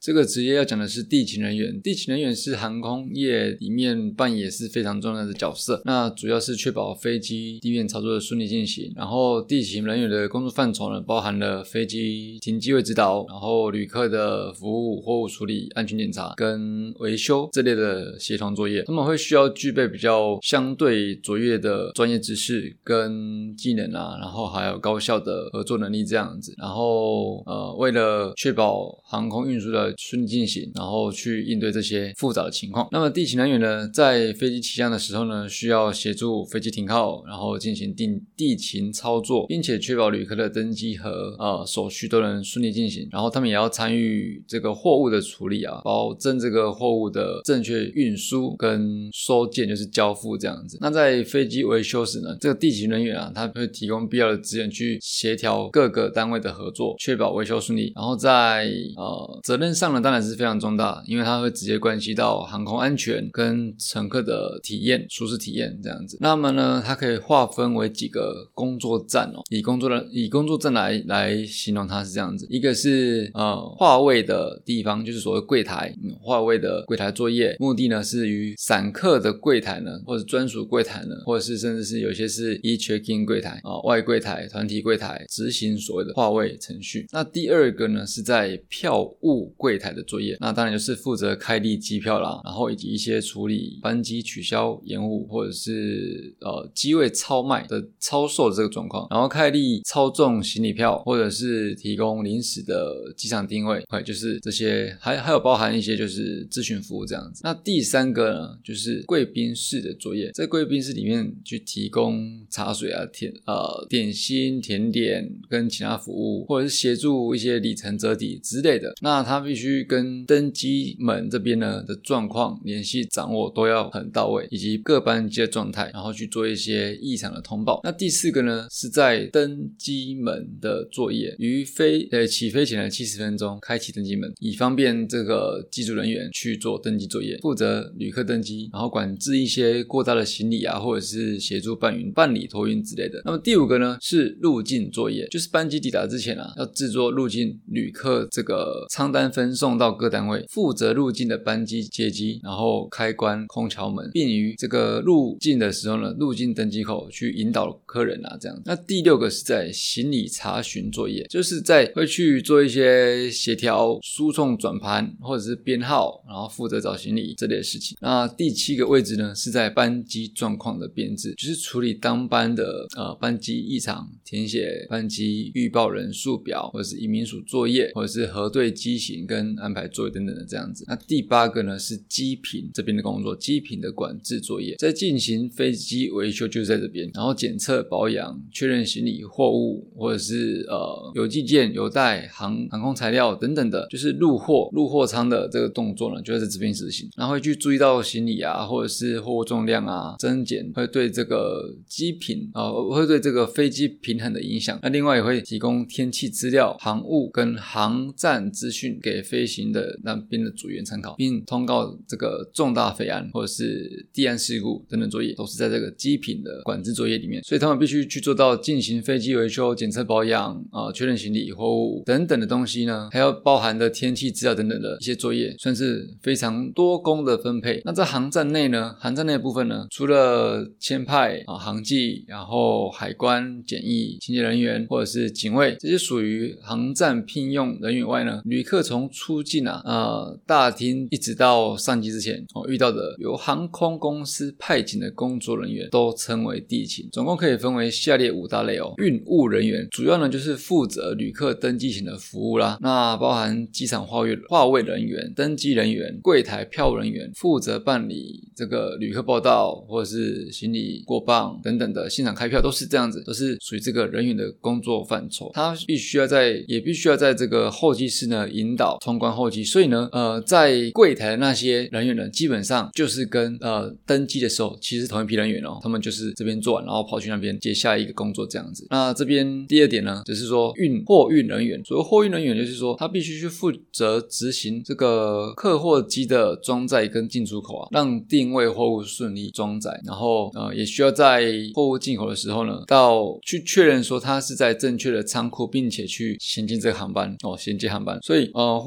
这个职业要讲的是地勤人员。地勤人员是航空业里面扮演是非常重要的角色，那主要是确保飞机地面操作的顺利进行。然后地勤人员的工作范畴呢，包含了飞机停机位指导，然后旅客的服务、货物处理、安全检查跟维修这类的协同作业。他们会需要具备比较相对卓越的专业知识跟技能啊，然后还有高效的合作能力这样子。然后为了确保航空运输的顺利进行，然后去应对这些复杂的情况。那么地勤人员呢，在飞机起降的时候呢，需要协助飞机停靠，然后进行地勤操作，并且确保旅客的登机和手续都能顺利进行。然后他们也要参与这个货物的处理啊，保证这个货物的正确运输跟收件，就是交付这样子。那在飞机维修时呢，这个地勤人员啊，他会提供必要的资源去协调各个单位的合作，确保维修顺利。然后在责任上呢，当然是非常重大，因为它会直接关系到航空安全跟乘客的体验、舒适体验这样子。那么呢，它可以划分为几个工作站哦，以工作站来形容它是这样子。一个是划位的地方，就是所谓柜台，划位的柜台作业，目的呢是于散客的柜台呢，或者专属柜台呢，或者是甚至是有些是check-in 柜台外柜台、团体柜台执行所谓的划位程序。那第二个呢是在票务柜台的作业，那当然就是负责开立机票啦，然后以及一些处理班机取消延误或者是机位超卖的超售的这个状况，然后开立操纵行李票或者是提供临时的机场定位，就是这些还有包含一些就是咨询服务这样子。那第三个呢就是贵宾室的作业，在贵宾室里面去提供茶水啊、点心、甜点跟其他服务，或者是协助一些里程折抵之类的。那他必须跟登机门这边呢的状况联系掌握都要很到位，以及各班机的状态，然后去做一些异常的通报。那第四个呢是在登机门的作业，于起飞前的70分钟开启登机门，以方便这个机组人员去做登机作业，负责旅客登机，然后管制一些过大的行李啊，或者是协助办理托运之类的。那么第五个呢是入境作业，就是班机抵达之前啊，要制作入境旅客这个舱单分送到各单位，负责入境的班机接机，然后开关空桥门，并于这个入境的时候呢，入境登机口去引导客人啊，这样。那第六个是在行李查询作业，就是会去做一些协调输送转盘或者是编号，然后负责找行李这类的事情。那第七个位置呢是在班机状况的编制，就是处理当班的班机异常，填写班机预报人数表，或者是移民署作业，或者是核对机型跟安排作业等等的这样子。那第八个呢是机坪这边的工作，机坪的管制作业，在进行飞机维修就是在这边，然后检测保养、确认行李货物，或者是邮寄件、邮袋、航空材料等等的，就是入货舱的这个动作呢就在这边执行。然后会去注意到行李啊，或者是货物重量啊、增减，会对这个机坪会对这个飞机平衡的影响。那另外也会提供天气资料、航务跟航站资讯给飞行的那边的组员参考，并通告这个重大飞安或者是地安事故等等作业，都是在这个机坪的管制作业里面。所以他们必须去做到进行飞机维修、检测保养、确认行李、货物等等的东西呢，还要包含的天气资料等等的一些作业，算是非常多工的分配。那在航站内的部分呢，除了签派航技，然后海关、检疫、清洁人员或者是警卫，这些属于航站聘用人员外呢，旅客从出境大厅一直到上机之前遇到的由航空公司派遣的工作人员都称为地勤，总共可以分为下列5大类运务人员主要呢就是负责旅客登机前的服务啦，那包含机场划位人员、登机人员、柜台票务人员，负责办理这个旅客报到或者是行李过磅等等的现场开票，都是这样子，都是属于这个人员的工作范畴。他也必须要在这个候机室呢引导通关候机，所以呢在柜台的那些人员呢基本上就是跟登机的时候其实是同一批人员他们就是这边做完然后跑去那边接下一个工作这样子。那这边第二点呢就是说货运人员，所谓货运人员就是说他必须去负责执行这个客货机的装载跟进出口让定位货物顺利装载，然后也需要在货物进口的时候呢去确认说它是在正确的仓库，并且去衔接这个航班衔接航班。所以货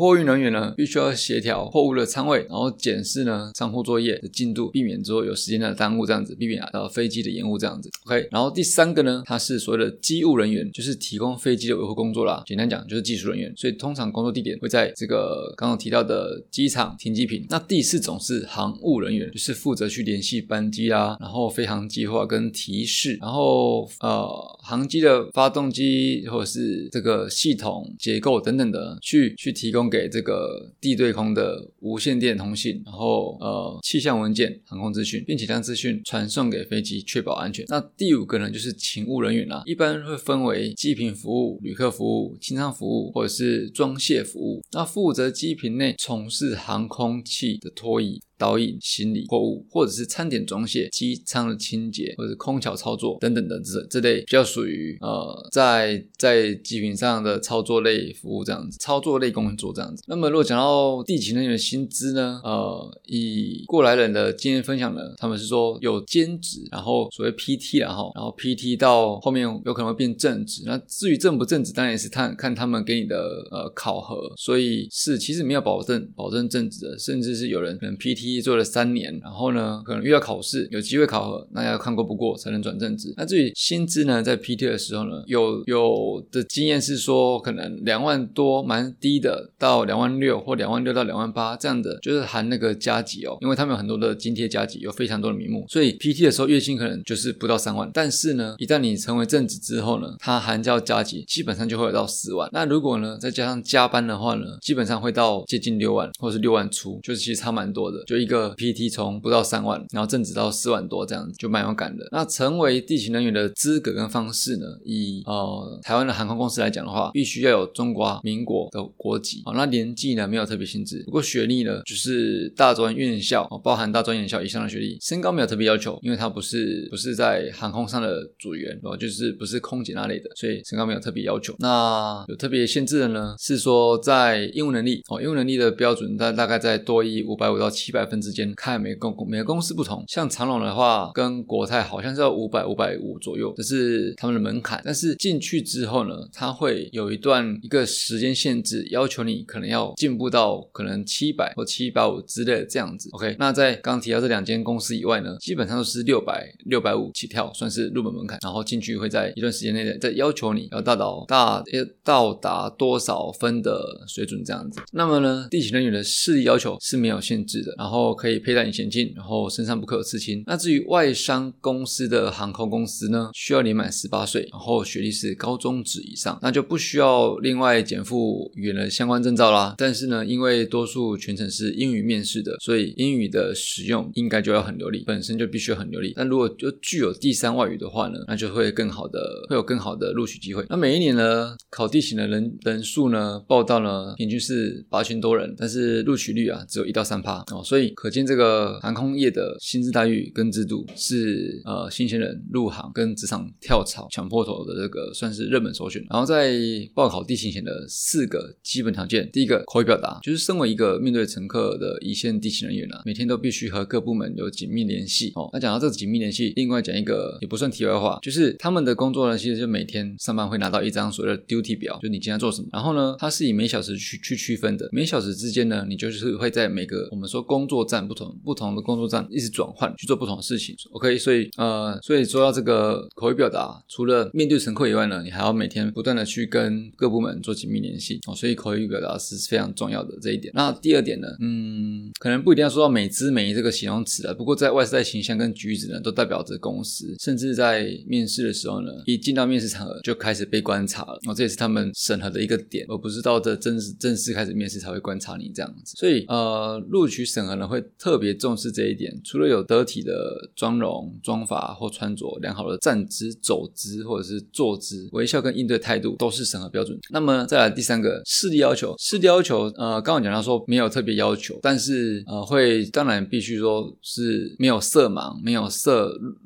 货运人员呢，必须要协调货物的仓位，然后检视呢仓库作业的进度，避免之后有时间的耽误这样子，避免飞机的延误这样子。OK， 然后第三个呢，它是所谓的机务人员，就是提供飞机的维护工作啦。简单讲就是技术人员，所以通常工作地点会在这个刚刚提到的机场停机坪。那第四种是航务人员，就是负责去联系班机啦，然后飞航计划跟提示，然后航机的发动机或者是这个系统结构等等的去提供给这个地对空的无线电通信，然后气象文件、航空资讯，并且将资讯传送给飞机，确保安全。那第五个呢，就是勤务人员啦，一般会分为机坪服务、旅客服务、清仓服务或者是装卸服务。那负责机坪内从事航空器的拖移、导引、行李、货物，或者是餐点装卸、机舱的清洁，或者是空调操作等等的这类比较属于在机坪上的操作类服务这样子，操作类工作这样子。那么如果讲到地勤人员的薪资呢，以过来人的经验分享呢，他们是说有兼职，然后所谓 PT 然后 PT 到后面有可能会变正职。那至于正不正职，当然也是看他们给你的考核，所以是其实没有保证正职的，甚至是有人可能 PT做了3年，然后呢可能遇到考试有机会考核，那要看过不过才能转正职。那至于薪资呢，在 PT 的时候呢，有的经验是说可能2万多蛮低的，到2万6或2万6到2万8这样的，就是含那个加级因为他们有很多的津贴加级，有非常多的名目，所以 PT 的时候月薪可能就是不到3万，但是呢一旦你成为正职之后呢，它含叫加级基本上就会有到4万。那如果呢再加上加班的话呢，基本上会到接近6万或是6万出，就是其实差蛮多的，就一个 PT 从不到3万然后正职到4万多这样子，就蛮有感的。那成为地勤人员的资格跟方式呢，以台湾的航空公司来讲的话，必须要有中华民国的国籍。那年纪呢没有特别限制，不过学历呢就是大专院校，包含大专院校以上的学历。身高没有特别要求，因为它不是在航空上的组员，就是不是空姐那类的，所以身高没有特别要求。那有特别限制的呢，是说在英文能力英文能力的标准大概在多益550到700分之间，看每个公司不同。像长荣的话跟国泰好像是要500、550左右，这是他们的门槛。但是进去之后呢，它会有一个时间限制，要求你可能要进步到可能700或750之类的这样子。OK， 那在刚提到这2间公司以外呢，基本上都是600、650起跳，算是入门门槛。然后进去会在一段时间内再要求你要到达多少分的水准这样子。那么呢，地勤人员的视力要求是没有限制的，然后可以佩戴隐形眼镜，然后身上不可有刺青。那至于外商公司的航空公司呢，需要年满18岁，然后学历是高中职以上，那就不需要另外减负语言的相关证照啦。但是呢，因为多数全程是英语面试的，所以英语的使用应该就要很流利，本身就必须很流利。但如果就具有第3外语的话呢，那就会有更好的录取机会。那每一年呢，考地勤的人数呢，报到呢平均是8000多人，但是录取率只有1到3%所以可见这个航空业的薪资待遇跟制度是新鲜人入行跟职场跳槽抢破头的这个算是热门首选。然后在报考地勤前的4个基本条件，第一个口语表达，就是身为一个面对乘客的一线地勤人员每天都必须和各部门有紧密联系那讲到这个紧密联系，另外讲一个也不算题外话，就是他们的工作呢，其实就每天上班会拿到一张所谓的 duty 表，就你今天要做什么，然后呢它是以每小时去区分的，每小时之间呢，你就是会在每个我们说工作站不同的工作站一直转换去做不同的事情。 OK， 所以说到这个口语表达，除了面对乘客以外呢，你还要每天不断的去跟各部门做紧密联系所以口语表达是非常重要的这一点。那第二点呢，可能不一定要说到美姿美仪这个形容词不过在外在形象跟举止呢，都代表着公司，甚至在面试的时候呢，一进到面试场合就开始被观察了这也是他们审核的一个点，而不是到这正式开始面试才会观察你这样子。所以录取审核呢会特别重视这一点，除了有得体的妆容、妆法或穿着，良好的站姿、走姿或者是坐姿、微笑跟应对态度都是审核标准。那么再来第3个视力要求，刚刚讲到说没有特别要求，但是当然必须说是没有色盲、没有色弱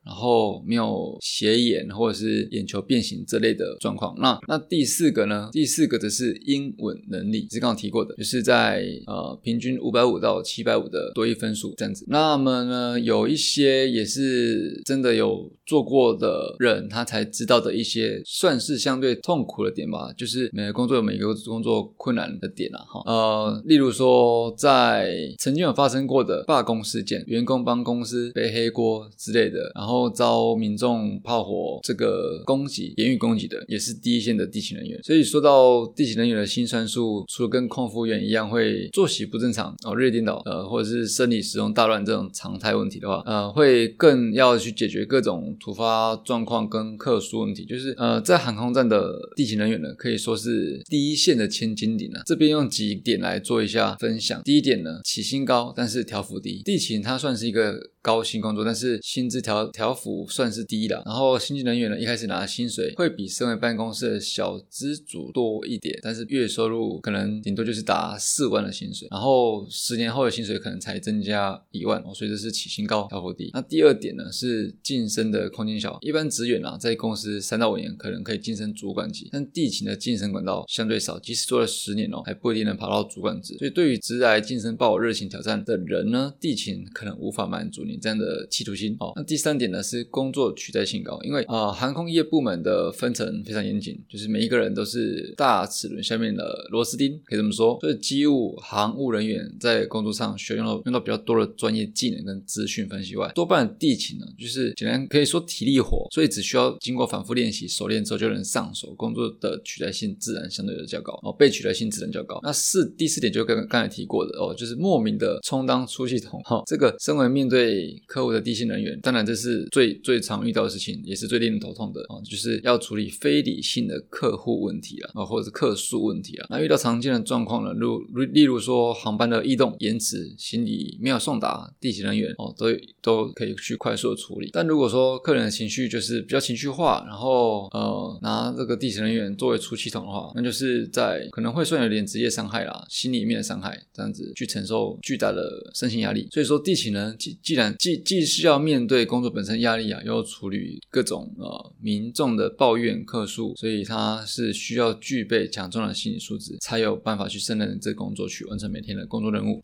然后没有斜眼或者是眼球变形这类的状况。那第四个呢？第四个则是英文能力，是刚刚提过的，就是在平均550到750的多益分数这样子。那么呢，有一些也是真的有做过的人，他才知道的一些算是相对痛苦的点吧，就是每个工作有每个工作困难的点例如说在曾经有发生过的罢工事件，员工帮公司背黑锅之类的，然后遭民众炮火这个攻击，言语攻击的，也是第一线的地勤人员。所以说到地勤人员的辛酸数，除了跟空服员一样会作息不正常日夜颠倒或者是生理时钟大乱这种常态问题的话，会更要去解决各种突发状况跟客诉问题。就是在航空站的地勤人员呢，可以说是第一线的千斤顶这边用几点来做一下分享。第一点呢，起薪高但是条幅低。地勤它算是一个高薪工作，但是薪资条幅算是低啦。然后新进人员呢，一开始拿的薪水会比身为办公室的小资主多一点，但是月收入可能顶多就是达4万的薪水，然后10年后的薪水可能才增加1万所以这是起薪高条幅低。那第二点呢，是晋升的空间小。一般职员在公司3到5年可能可以晋升主管级，但地勤的晋升管道相对少，即使做了10年还不一定能爬到主管职。所以对于职来晋升抱有热情挑战的人呢，地勤可能无法满足你这样的企图心那第三点呢，是工作取代性高。因为航空业部门的分层非常严谨，就是每一个人都是大齿轮下面的螺丝钉，可以这么说。所以机务航务人员在工作上需要用到比较多的专业技能跟资讯分析外，多半的地勤呢，就是简单可以说体力活，所以只需要经过反复练习熟练之后就能上手，工作的取代性自然相对的较高被取代性自然较高。那第四点就刚才提过的就是莫名的充当出气筒这个身为面对客户的地勤人员，当然这是最常遇到的事情，也是最令人头痛的就是要处理非理性的客户问题或者是客诉问题那遇到常见的状况呢，例如说航班的异动、延迟、行李没有送达，地勤人员都可以去快速的处理。但如果说客人的情绪就是比较情绪化，然后拿这个地勤人员作为出气筒的话，那就是可能会算有点职业伤害啦，心里面的伤害，这样子去承受巨大的身心压力。所以说地勤呢，既是要面对工作本身压力又要处理各种民众的抱怨客诉，所以他是需要具备强壮的心理素质，才有办法去胜任这工作，去完成每天的工作任务。